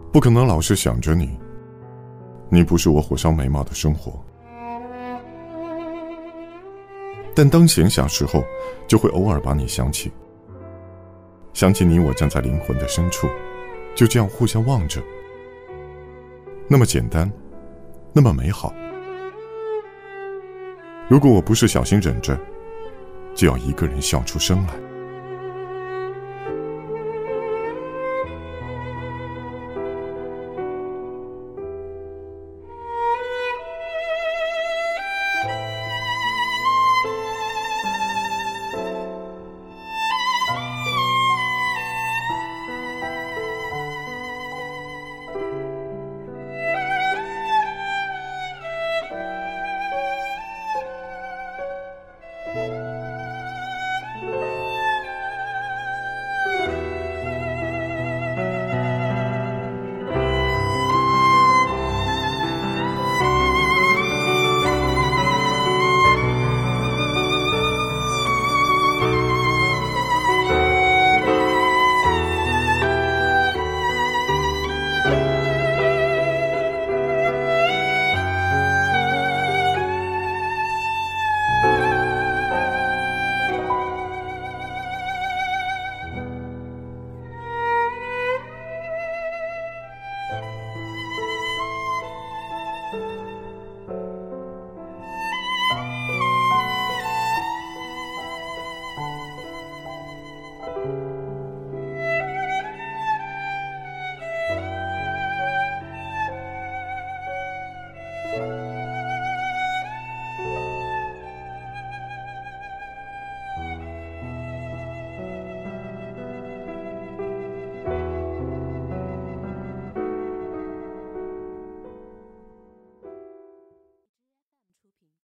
不可能老是想着你，你不是我火烧眉毛的生活。但当闲暇时候，就会偶尔把你想起，想起你我站在灵魂的深处，就这样互相望着，那么简单，那么美好。如果我不是小心忍着，就要一个人笑出声来。